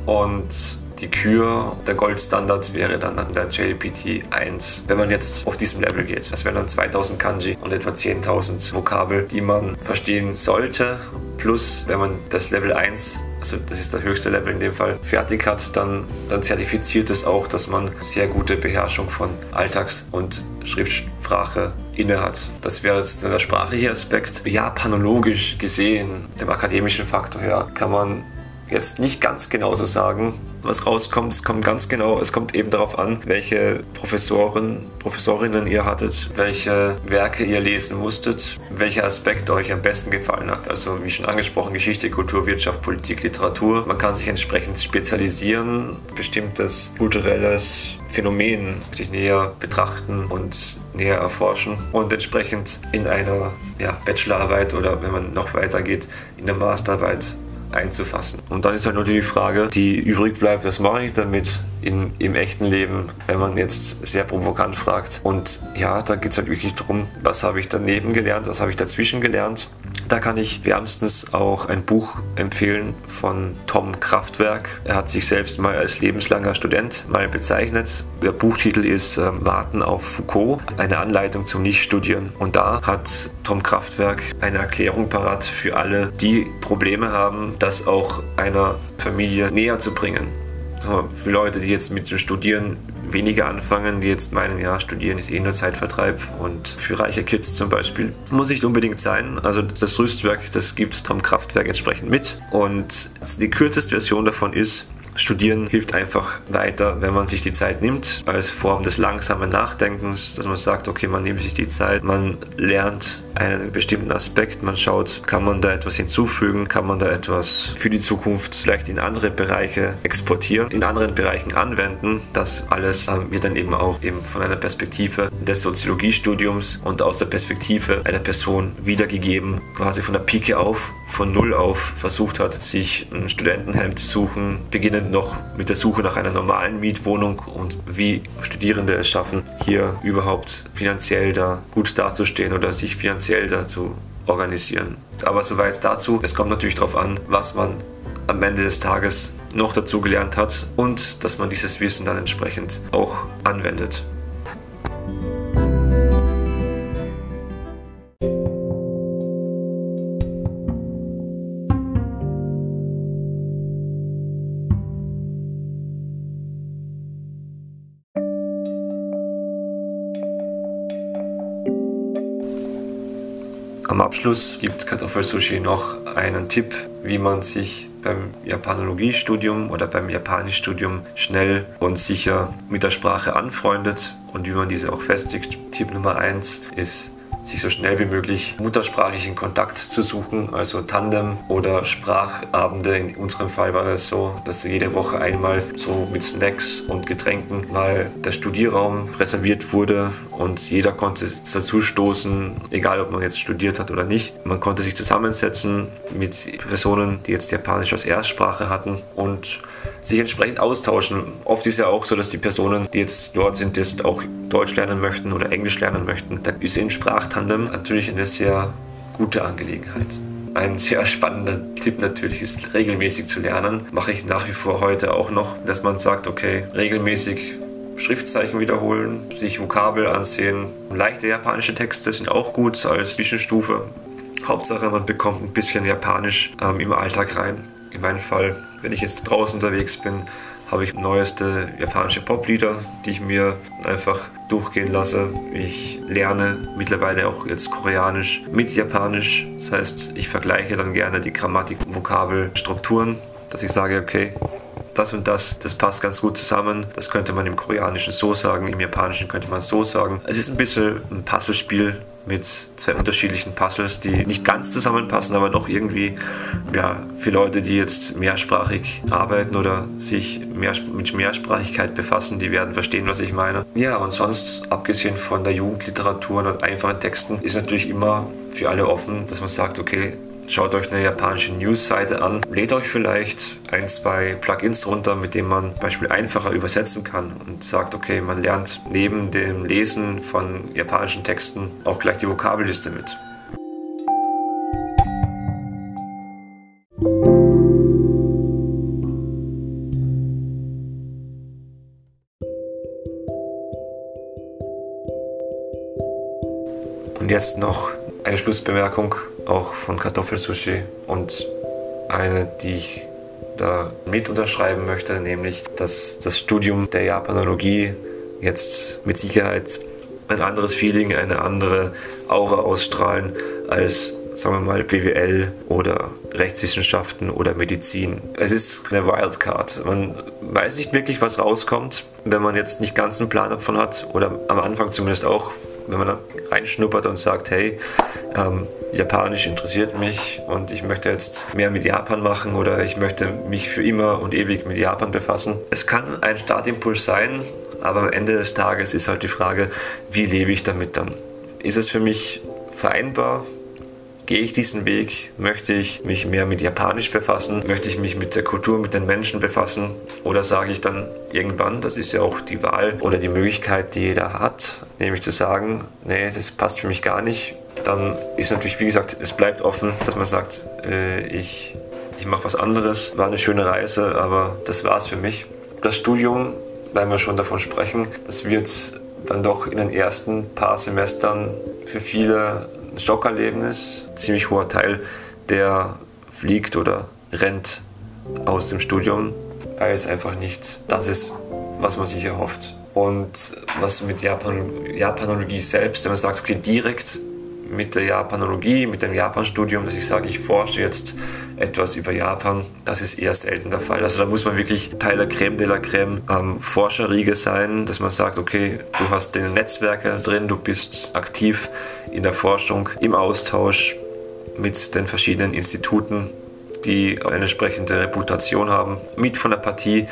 Und die Kür, der Goldstandard wäre dann an der J L P T eins, wenn man jetzt auf diesem Level geht. Das wären dann zweitausend Kanji und etwa zehntausend Vokabel, die man verstehen sollte. Plus, wenn man das Level eins, also das ist der höchste Level in dem Fall, fertig hat, dann, dann zertifiziert es auch, dass man sehr gute Beherrschung von Alltags- und Schriftsprache inne hat. Das wäre jetzt der sprachliche Aspekt. Japanologisch gesehen, dem akademischen Faktor her, kann man jetzt nicht ganz genauso sagen, was rauskommt. Es kommt ganz genau, es kommt eben darauf an, welche Professoren, Professorinnen ihr hattet, welche Werke ihr lesen musstet, welcher Aspekt euch am besten gefallen hat. Also wie schon angesprochen, Geschichte, Kultur, Wirtschaft, Politik, Literatur. Man kann sich entsprechend spezialisieren, bestimmtes kulturelles Phänomen wirklich näher betrachten und näher erforschen und entsprechend in einer ja, Bachelorarbeit oder wenn man noch weiter geht, in der Masterarbeit einzufassen. Und dann ist halt nur die Frage, die übrig bleibt, was mache ich damit in, im echten Leben, wenn man jetzt sehr provokant fragt. Und ja, da geht es halt wirklich darum, was habe ich daneben gelernt, was habe ich dazwischen gelernt. Da kann ich wärmstens auch ein Buch empfehlen von Tom Kraftwerk. Er hat sich selbst mal als lebenslanger Student mal bezeichnet. Der Buchtitel ist äh, Warten auf Foucault, eine Anleitung zum Nichtstudieren. Und da hat Tom Kraftwerk eine Erklärung parat für alle, die Probleme haben, das auch einer Familie näher zu bringen. Für Leute, die jetzt mit dem Studieren weniger anfangen, die jetzt meinen, ja, Studieren ist eh nur Zeitvertreib, und für reiche Kids zum Beispiel muss nicht unbedingt sein. Also das Rüstwerk, das gibt Tom Kraftwerk entsprechend mit, und die kürzeste Version davon ist: Studieren hilft einfach weiter, wenn man sich die Zeit nimmt, als Form des langsamen Nachdenkens, dass man sagt, okay, man nimmt sich die Zeit, man lernt einen bestimmten Aspekt, man schaut, kann man da etwas hinzufügen, kann man da etwas für die Zukunft vielleicht in andere Bereiche exportieren, in anderen Bereichen anwenden. Das alles ähm, wird dann eben auch eben von einer Perspektive des Soziologiestudiums und aus der Perspektive einer Person wiedergegeben, quasi von der Pike auf, von Null auf versucht hat, sich ein Studentenheim zu suchen, beginnend noch mit der Suche nach einer normalen Mietwohnung und wie Studierende es schaffen, hier überhaupt finanziell da gut dazustehen oder sich finanziell dazu organisieren. Aber soweit dazu. Es kommt natürlich darauf an, was man am Ende des Tages noch dazu gelernt hat und dass man dieses Wissen dann entsprechend auch anwendet. Am Abschluss gibt Kartoffelsushi noch einen Tipp, wie man sich beim Japanologiestudium oder beim Japanischstudium schnell und sicher mit der Sprache anfreundet und wie man diese auch festigt. Tipp Nummer eins ist, sich so schnell wie möglich muttersprachlichen Kontakt zu suchen, also Tandem oder Sprachabende. In unserem Fall war es so, dass jede Woche einmal so mit Snacks und Getränken mal der Studierraum reserviert wurde und jeder konnte dazu stoßen, egal ob man jetzt studiert hat oder nicht. Man konnte sich zusammensetzen mit Personen, die jetzt Japanisch als Erstsprache hatten und sich entsprechend austauschen. Oft ist ja auch so, dass die Personen, die jetzt dort sind, jetzt auch Deutsch lernen möchten oder Englisch lernen möchten. Da ist in Sprachtandem natürlich eine sehr gute Angelegenheit. Ein sehr spannender Tipp natürlich ist, regelmäßig zu lernen. Mache ich nach wie vor heute auch noch, dass man sagt, okay, regelmäßig Schriftzeichen wiederholen, sich Vokabel ansehen. Leichte japanische Texte sind auch gut als Zwischenstufe. Hauptsache, man bekommt ein bisschen Japanisch ähm, im Alltag rein. In meinem Fall, wenn ich jetzt draußen unterwegs bin, habe ich neueste japanische Poplieder, die ich mir einfach durchgehen lasse. Ich lerne mittlerweile auch jetzt Koreanisch mit Japanisch. Das heißt, ich vergleiche dann gerne die Grammatik, Vokabel, Strukturen, dass ich sage, okay, das und das, das passt ganz gut zusammen. Das könnte man im Koreanischen so sagen, im Japanischen könnte man so sagen. Es ist ein bisschen ein Puzzlespiel mit zwei unterschiedlichen Puzzles, die nicht ganz zusammenpassen, aber doch irgendwie, ja, für Leute, die jetzt mehrsprachig arbeiten oder sich mehr, mit Mehrsprachigkeit befassen, die werden verstehen, was ich meine. Ja, und sonst, abgesehen von der Jugendliteratur und einfachen Texten, ist natürlich immer für alle offen, dass man sagt, okay, schaut euch eine japanische News-Seite an, lädt euch vielleicht ein, zwei Plugins runter, mit denen man zum Beispiel einfacher übersetzen kann und sagt, okay, man lernt neben dem Lesen von japanischen Texten auch gleich die Vokabelliste mit. Und jetzt noch eine Schlussbemerkung, auch von Kartoffelsushi, und eine, die ich da mit unterschreiben möchte, nämlich, dass das Studium der Japanologie jetzt mit Sicherheit ein anderes Feeling, eine andere Aura ausstrahlen als, sagen wir mal, B W L oder Rechtswissenschaften oder Medizin. Es ist eine Wildcard. Man weiß nicht wirklich, was rauskommt, wenn man jetzt nicht ganz einen Plan davon hat, oder am Anfang zumindest auch, wenn man da reinschnuppert und sagt, hey, ähm, Japanisch interessiert mich und ich möchte jetzt mehr mit Japan machen oder ich möchte mich für immer und ewig mit Japan befassen. Es kann ein Startimpuls sein, aber am Ende des Tages ist halt die Frage, wie lebe ich damit dann? Ist es für mich vereinbar, Gehe ich diesen Weg? Möchte ich mich mehr mit Japanisch befassen? Möchte ich mich mit der Kultur, mit den Menschen befassen? Oder sage ich dann irgendwann, das ist ja auch die Wahl oder die Möglichkeit, die jeder hat, nämlich zu sagen, nee, das passt für mich gar nicht. Dann ist natürlich, wie gesagt, es bleibt offen, dass man sagt, äh, ich, ich mache was anderes. War eine schöne Reise, aber das war's für mich. Das Studium, weil wir schon davon sprechen, das wird dann doch in den ersten paar Semestern für viele ein Schockerlebnis. Ein ziemlich hoher Teil, der fliegt oder rennt aus dem Studium, weil es einfach nicht das ist, was man sich erhofft. Und was mit Japan, Japanologie selbst, wenn man sagt, okay, direkt mit der Japanologie, mit dem Japan-Studium, dass ich sage, ich forsche jetzt etwas über Japan, das ist eher selten der Fall. Also da muss man wirklich Teil der Creme de la Creme ähm, Forscherriege sein, dass man sagt, okay, du hast den Netzwerke drin, du bist aktiv in der Forschung, im Austausch mit den verschiedenen Instituten, die eine entsprechende Reputation haben. Mit von der Partie,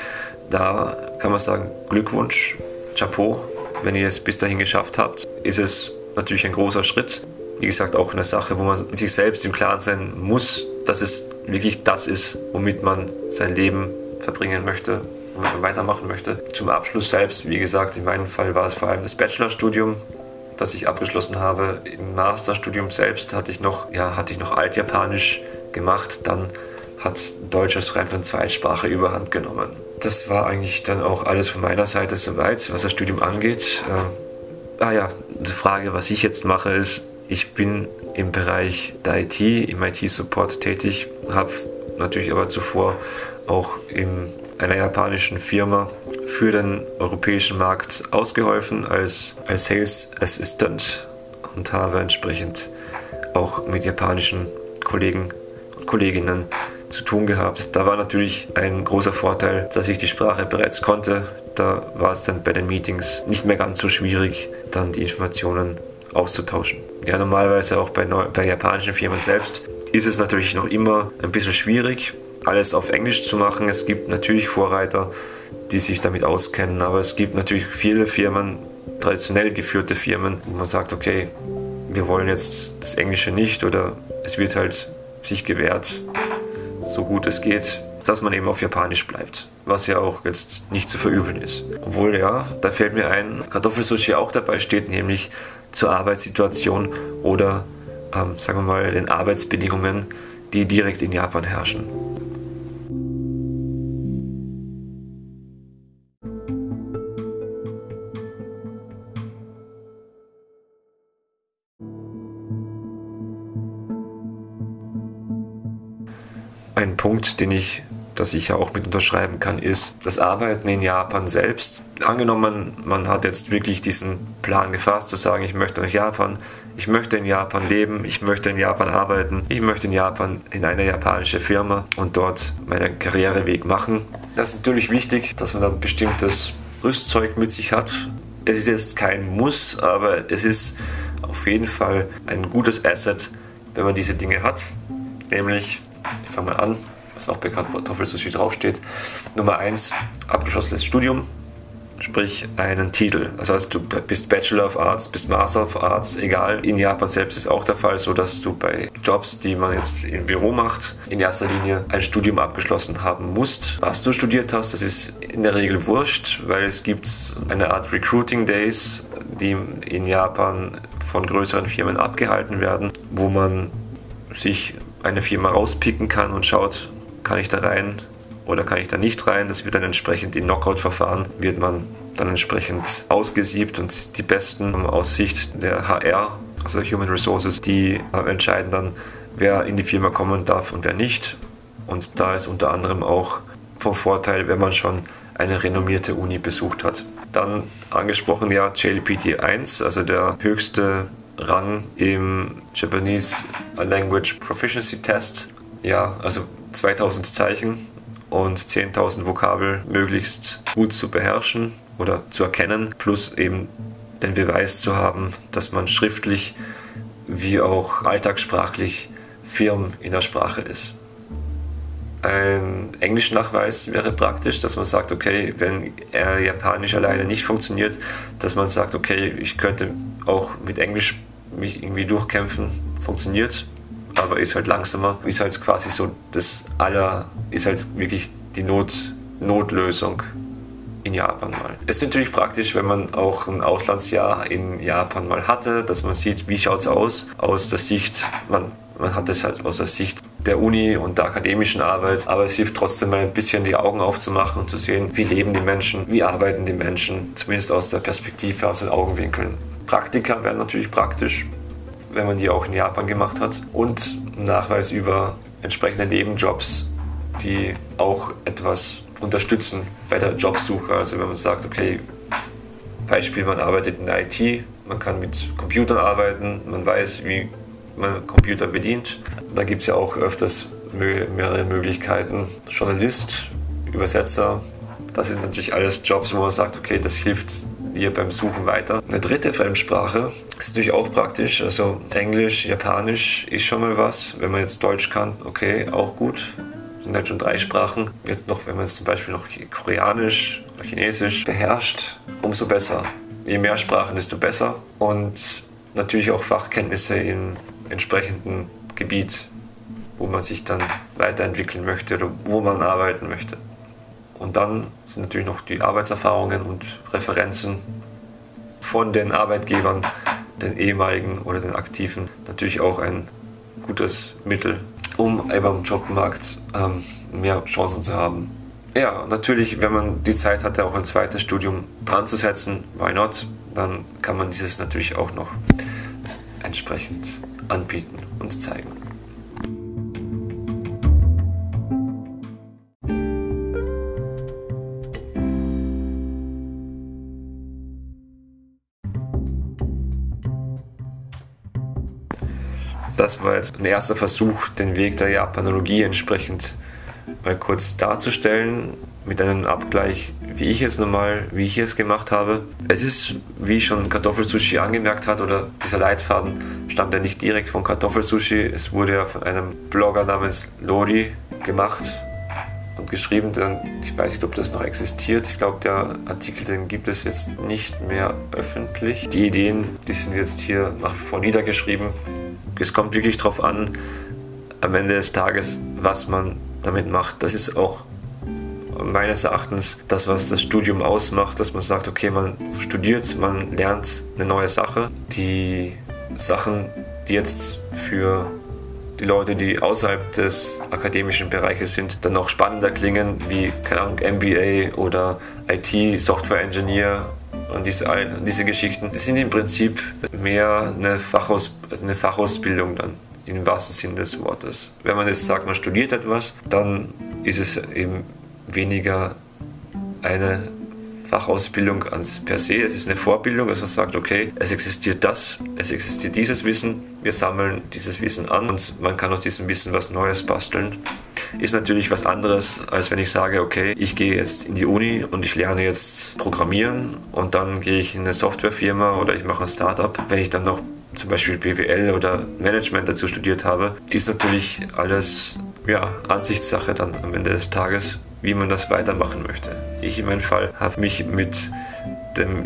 da kann man sagen, Glückwunsch, Chapeau. Wenn ihr es bis dahin geschafft habt, ist es natürlich ein großer Schritt. Wie gesagt, auch eine Sache, wo man sich selbst im Klaren sein muss, dass es wirklich das ist, womit man sein Leben verbringen möchte, womit man weitermachen möchte. Zum Abschluss selbst, wie gesagt, in meinem Fall war es vor allem das Bachelorstudium, das ich abgeschlossen habe. Im Masterstudium selbst hatte ich noch, ja, hatte ich noch Altjapanisch gemacht, dann hat Deutsch als Fremd- und Zweitsprache überhand genommen. Das war eigentlich dann auch alles von meiner Seite soweit, was das Studium angeht. Äh, ah ja, die Frage, was ich jetzt mache, ist, ich bin im Bereich der I T, im I T-Support tätig, habe natürlich aber zuvor auch in einer japanischen Firma für den europäischen Markt ausgeholfen als, als Sales Assistant und habe entsprechend auch mit japanischen Kollegen und Kolleginnen zu tun gehabt. Da war natürlich ein großer Vorteil, dass ich die Sprache bereits konnte. Da war es dann bei den Meetings nicht mehr ganz so schwierig, dann die Informationen auszutauschen. Ja, normalerweise auch bei, neu, bei japanischen Firmen selbst ist es natürlich noch immer ein bisschen schwierig, alles auf Englisch zu machen. Es gibt natürlich Vorreiter, die sich damit auskennen, aber es gibt natürlich viele Firmen, traditionell geführte Firmen, wo man sagt, okay, wir wollen jetzt das Englische nicht oder es wird halt sich gewährt, so gut es geht, dass man eben auf Japanisch bleibt, was ja auch jetzt nicht zu verübeln ist. Obwohl, ja, da fällt mir ein, Kartoffelsushi auch dabei steht, nämlich zur Arbeitssituation oder, ähm, sagen wir mal, den Arbeitsbedingungen, die direkt in Japan herrschen. Ein Punkt, den ich, das ich ja auch mit unterschreiben kann, ist das Arbeiten in Japan selbst. Angenommen, man hat jetzt wirklich diesen Plan gefasst, zu sagen, ich möchte nach Japan, ich möchte in Japan leben, ich möchte in Japan arbeiten, ich möchte in Japan in eine japanische Firma und dort meinen Karriereweg machen. Das ist natürlich wichtig, dass man dann bestimmtes Rüstzeug mit sich hat. Es ist jetzt kein Muss, aber es ist auf jeden Fall ein gutes Asset, wenn man diese Dinge hat, nämlich, ich fange mal an, was auch bei Kartoffelsushi draufsteht. Nummer eins, abgeschlossenes Studium, sprich einen Titel. Das heißt, du bist Bachelor of Arts, bist Master of Arts, egal. In Japan selbst ist auch der Fall so, dass du bei Jobs, die man jetzt im Büro macht, in erster Linie ein Studium abgeschlossen haben musst. Was du studiert hast, das ist in der Regel wurscht, weil es gibt eine Art Recruiting Days, die in Japan von größeren Firmen abgehalten werden, wo man sich eine Firma rauspicken kann und schaut, kann ich da rein oder kann ich da nicht rein. Das wird dann entsprechend in Knockout-Verfahren, wird man dann entsprechend ausgesiebt und die Besten aus Sicht der H R, also Human Resources, die entscheiden dann, wer in die Firma kommen darf und wer nicht. Und da ist unter anderem auch vom Vorteil, wenn man schon eine renommierte Uni besucht hat. Dann angesprochen, ja, J L P T eins, also der höchste Rang im Japanese Language Proficiency Test. Ja, also zweitausend Zeichen und zehntausend Vokabel möglichst gut zu beherrschen oder zu erkennen, plus eben den Beweis zu haben, dass man schriftlich wie auch alltagssprachlich firm in der Sprache ist. Ein Englischnachweis wäre praktisch, dass man sagt, okay, wenn er Japanisch alleine nicht funktioniert, dass man sagt, okay, ich könnte auch mit Englisch mich irgendwie durchkämpfen, funktioniert, aber ist halt langsamer. Ist halt quasi so das aller, ist halt wirklich die Not, Notlösung in Japan mal. Es ist natürlich praktisch, wenn man auch ein Auslandsjahr in Japan mal hatte, dass man sieht, wie schaut es aus, aus der Sicht, man, man hat es halt aus der Sicht der Uni und der akademischen Arbeit, aber es hilft trotzdem mal ein bisschen die Augen aufzumachen und zu sehen, wie leben die Menschen, wie arbeiten die Menschen, zumindest aus der Perspektive, aus den Augenwinkeln. Praktika wären natürlich praktisch, wenn man die auch in Japan gemacht hat, und ein Nachweis über entsprechende Nebenjobs, die auch etwas unterstützen bei der Jobsuche. Also wenn man sagt, okay, Beispiel, man arbeitet in der I T, man kann mit Computern arbeiten, man weiß, wie man Computer bedient. Da gibt es ja auch öfters mehrere Möglichkeiten. Journalist, Übersetzer, das sind natürlich alles Jobs, wo man sagt, okay, das hilft dir beim Suchen weiter. Eine dritte Fremdsprache ist natürlich auch praktisch. Also Englisch, Japanisch ist schon mal was. Wenn man jetzt Deutsch kann, okay, auch gut. Das sind halt schon drei Sprachen. Jetzt noch, wenn man jetzt zum Beispiel noch Koreanisch oder Chinesisch beherrscht, umso besser. Je mehr Sprachen, desto besser. Und natürlich auch Fachkenntnisse im entsprechenden Gebiet, wo man sich dann weiterentwickeln möchte oder wo man arbeiten möchte. Und dann sind natürlich noch die Arbeitserfahrungen und Referenzen von den Arbeitgebern, den ehemaligen oder den aktiven, natürlich auch ein gutes Mittel, um eben am Jobmarkt ähm, mehr Chancen zu haben. Ja, natürlich, wenn man die Zeit hatte, auch ein zweites Studium dran zu setzen, why not? Dann kann man dieses natürlich auch noch entsprechend anbieten und zeigen. Das war jetzt ein erster Versuch, den Weg der Japanologie entsprechend mal kurz darzustellen, mit einem Abgleich, wie ich es normal, wie ich es gemacht habe. Es ist, wie schon Kartoffelsushi angemerkt hat, oder dieser Leitfaden stammt ja nicht direkt von Kartoffelsushi, es wurde ja von einem Blogger namens Lori gemacht und geschrieben, denn ich weiß nicht, ob das noch existiert. Ich glaube, der Artikel, den gibt es jetzt nicht mehr öffentlich. Die Ideen, die sind jetzt hier nach wie vor niedergeschrieben. Es kommt wirklich darauf an, am Ende des Tages, was man damit macht. Das ist auch meines Erachtens das, was das Studium ausmacht, dass man sagt, okay, man studiert, man lernt eine neue Sache. Die Sachen, die jetzt für die Leute, die außerhalb des akademischen Bereiches sind, dann auch spannender klingen, wie, keine Ahnung, M B A oder I T, Software Engineer und diese, diese Geschichten, die sind im Prinzip mehr eine, Fachaus, also eine Fachausbildung dann, im wahrsten Sinne des Wortes. Wenn man jetzt sagt, man studiert etwas, dann ist es eben weniger eine Fachausbildung als per se, es ist eine Vorbildung, dass man sagt, okay, es existiert das, es existiert dieses Wissen, wir sammeln dieses Wissen an und man kann aus diesem Wissen was Neues basteln. Ist natürlich was anderes, als wenn ich sage, okay, ich gehe jetzt in die Uni und ich lerne jetzt Programmieren und dann gehe ich in eine Softwarefirma oder ich mache ein Startup. Wenn ich dann noch zum Beispiel B W L oder Management dazu studiert habe, ist natürlich alles, ja, Ansichtssache dann am Ende des Tages, wie man das weitermachen möchte. Ich in meinem Fall habe mich mit dem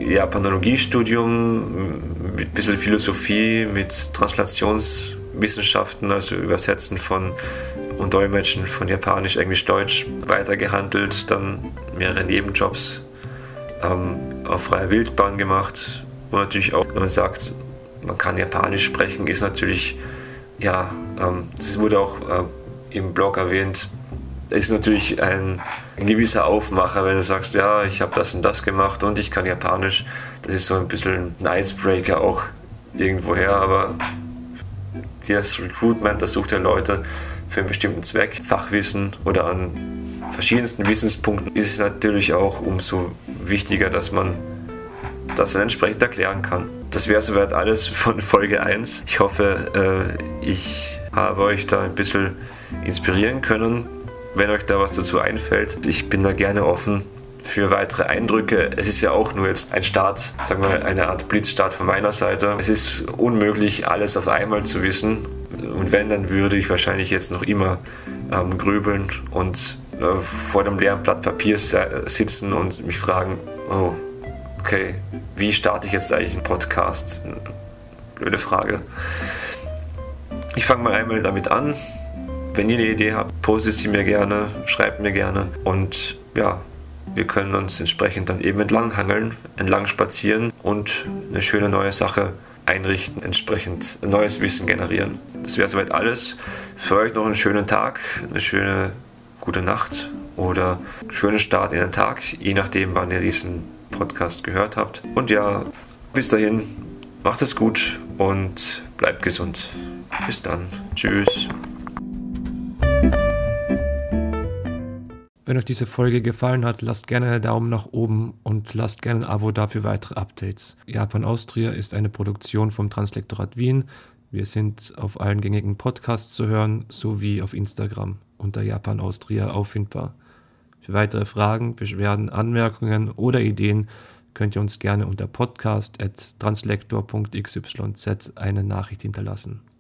Japanologiestudium, mit ein bisschen Philosophie, mit Translationswissenschaften, also Übersetzen von und Dolmetschen von Japanisch, Englisch, Deutsch weitergehandelt, dann mehrere Nebenjobs ähm, auf freier Wildbahn gemacht. Und natürlich auch, wenn man sagt, man kann Japanisch sprechen, ist natürlich, ja, ähm, das wurde auch äh, im Blog erwähnt, ist natürlich ein, ein gewisser Aufmacher, wenn du sagst, ja, ich habe das und das gemacht und ich kann Japanisch. Das ist so ein bisschen ein Icebreaker auch irgendwoher, aber das Recruitment, das sucht ja Leute für einen bestimmten Zweck, Fachwissen oder an verschiedensten Wissenspunkten, ist es natürlich auch umso wichtiger, dass man das dann entsprechend erklären kann. Das wäre soweit alles von Folge eins. Ich hoffe, ich habe euch da ein bisschen inspirieren können, wenn euch da was dazu einfällt. Ich bin da gerne offen für weitere Eindrücke. Es ist ja auch nur jetzt ein Start, sagen wir eine Art Blitzstart von meiner Seite. Es ist unmöglich, alles auf einmal zu wissen. Und wenn, dann würde ich wahrscheinlich jetzt noch immer ähm, grübeln und äh, vor dem leeren Blatt Papier sitzen und mich fragen, oh, okay, wie starte ich jetzt eigentlich einen Podcast? Blöde Frage. Ich fange mal einmal damit an. Wenn ihr eine Idee habt, postet sie mir gerne, schreibt mir gerne und ja, wir können uns entsprechend dann eben entlang hangeln, entlang spazieren und eine schöne neue Sache einrichten, entsprechend neues Wissen generieren. Das wäre soweit alles. Für euch noch einen schönen Tag, eine schöne gute Nacht oder einen schönen Start in den Tag, je nachdem, wann ihr diesen Podcast gehört habt. Und ja, bis dahin, macht es gut und bleibt gesund. Bis dann. Tschüss. Wenn euch diese Folge gefallen hat, lasst gerne einen Daumen nach oben und lasst gerne ein Abo da für weitere Updates. Japan Austria ist eine Produktion vom Translektorat Wien. Wir sind auf allen gängigen Podcasts zu hören, sowie auf Instagram unter Japan Austria auffindbar. Für weitere Fragen, Beschwerden, Anmerkungen oder Ideen könnt ihr uns gerne unter podcast at translektor punkt x y z eine Nachricht hinterlassen.